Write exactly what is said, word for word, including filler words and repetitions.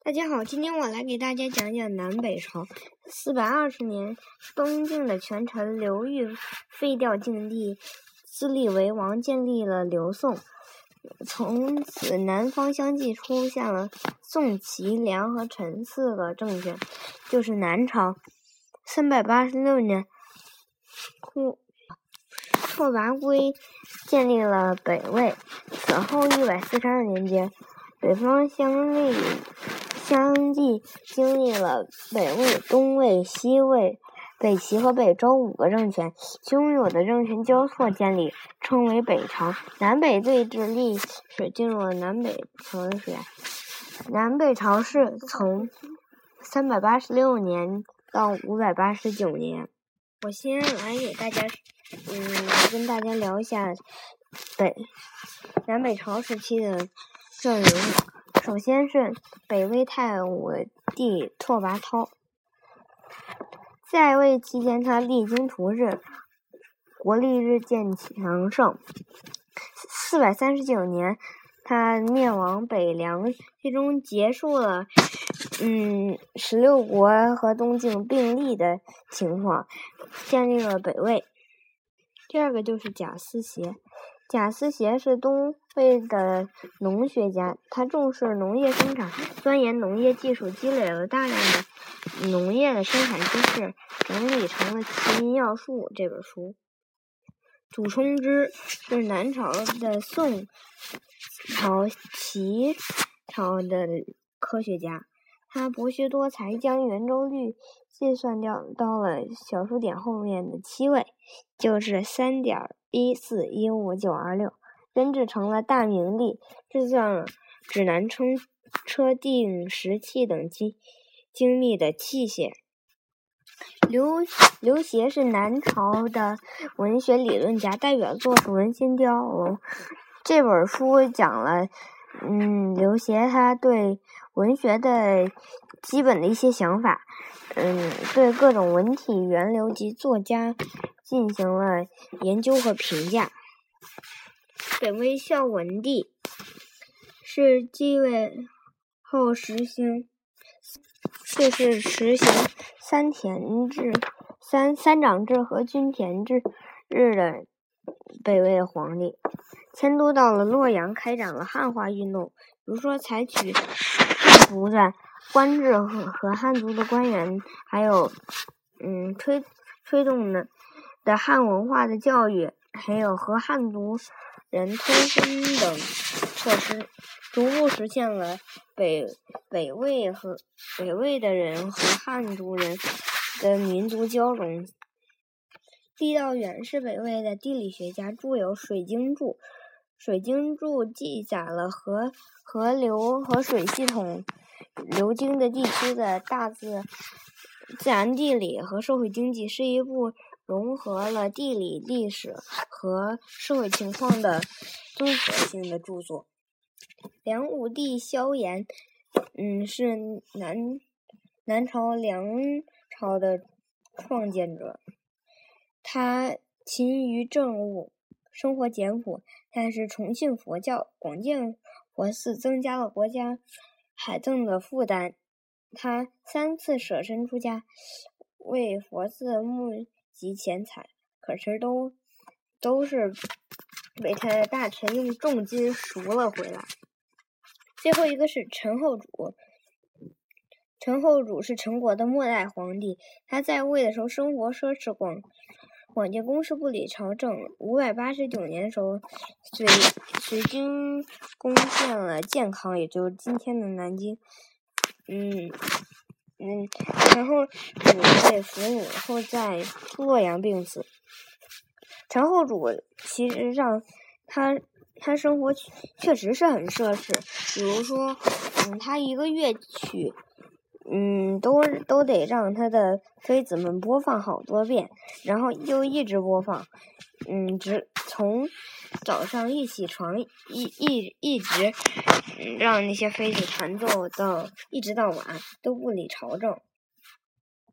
大家好，今天我来给大家讲讲南北朝。四百二十年，东晋的权臣刘裕废掉晋帝，自立为王，建立了刘宋。从此，南方相继出现了宋、齐、梁和陈四个政权，就是南朝。三百八十六年，拓拓跋圭建立了北魏。此后一百四十二年间，北方相立。相继经历了北魏、东魏、西魏、北齐和北周五个政权，汹涌的政权交错建立，称为北朝。南北对峙历史进入了南北朝时代。南北朝是从三百八十六年到五百八十九年。我先来给大家，嗯，跟大家聊一下北南北朝时期的阵容。首先是北魏太武帝拓跋焘，在位期间他励精图治，国力日渐强盛。四百三十九年，他灭亡北凉，最终结束了嗯十六国和东晋并立的情况，建立了北魏。第二个就是贾思勰。贾思勰是东魏的农学家，他重视农业生产，钻研农业技术，积累了大量的农业的生产知识，整理成了《齐民要术》这本书。祖冲之是南朝的宋朝、齐朝的科学家，他博学多才，将圆周率计算掉到了小数点后面的七位，就是三点一四一五九二六，编制成了大明历，制造了指南针、车定时器等精精密的器械。刘刘协是南朝的文学理论家，代表作是《文心雕龙》。这本书讲了嗯刘协他对文学的基本的一些想法，嗯，对各种文体源流及作家进行了研究和评价。北魏孝文帝是继位后实行，就是实行三田制、三三长制和均田制日的北魏皇帝，迁都到了洛阳，开展了汉化运动，比如说采取汉族的官制和和汉族的官员，还有嗯推推动的的汉文化的教育，还有和汉族人通婚等措施，逐步实现了北北魏和北魏的人和汉族人的民族交融。郦道远是北魏的地理学家，著有《水经注》。《水经注》记载了河河流和水系统流经的地区的大自自然地理和社会经济，是一部融合了地理、历史和社会情况的综合性的著作。梁武帝萧衍，嗯，是南南朝梁朝的创建者。他勤于政务，生活简朴，但是崇信佛教，广建佛寺，增加了国家海政的负担。他三次舍身出家，为佛寺募集钱财，可是都都是被他的大臣用重金赎了回来。最后一个是陈后主。陈后主是陈国的末代皇帝，他在位的时候生活奢侈，广广建宫室，不理朝政。五百八十九年的时候，随随军攻陷了建康，也就是今天的南京。嗯嗯，然后主被俘虏后在洛阳病死。陈后主其实上他他生活确实是很奢侈，比如说，嗯，他一个乐曲。嗯，都都得让他的妃子们播放好多遍，然后又一直播放，嗯，直从早上一起床一一一直、嗯、让那些妃子弹奏到一直到晚，都不理朝政。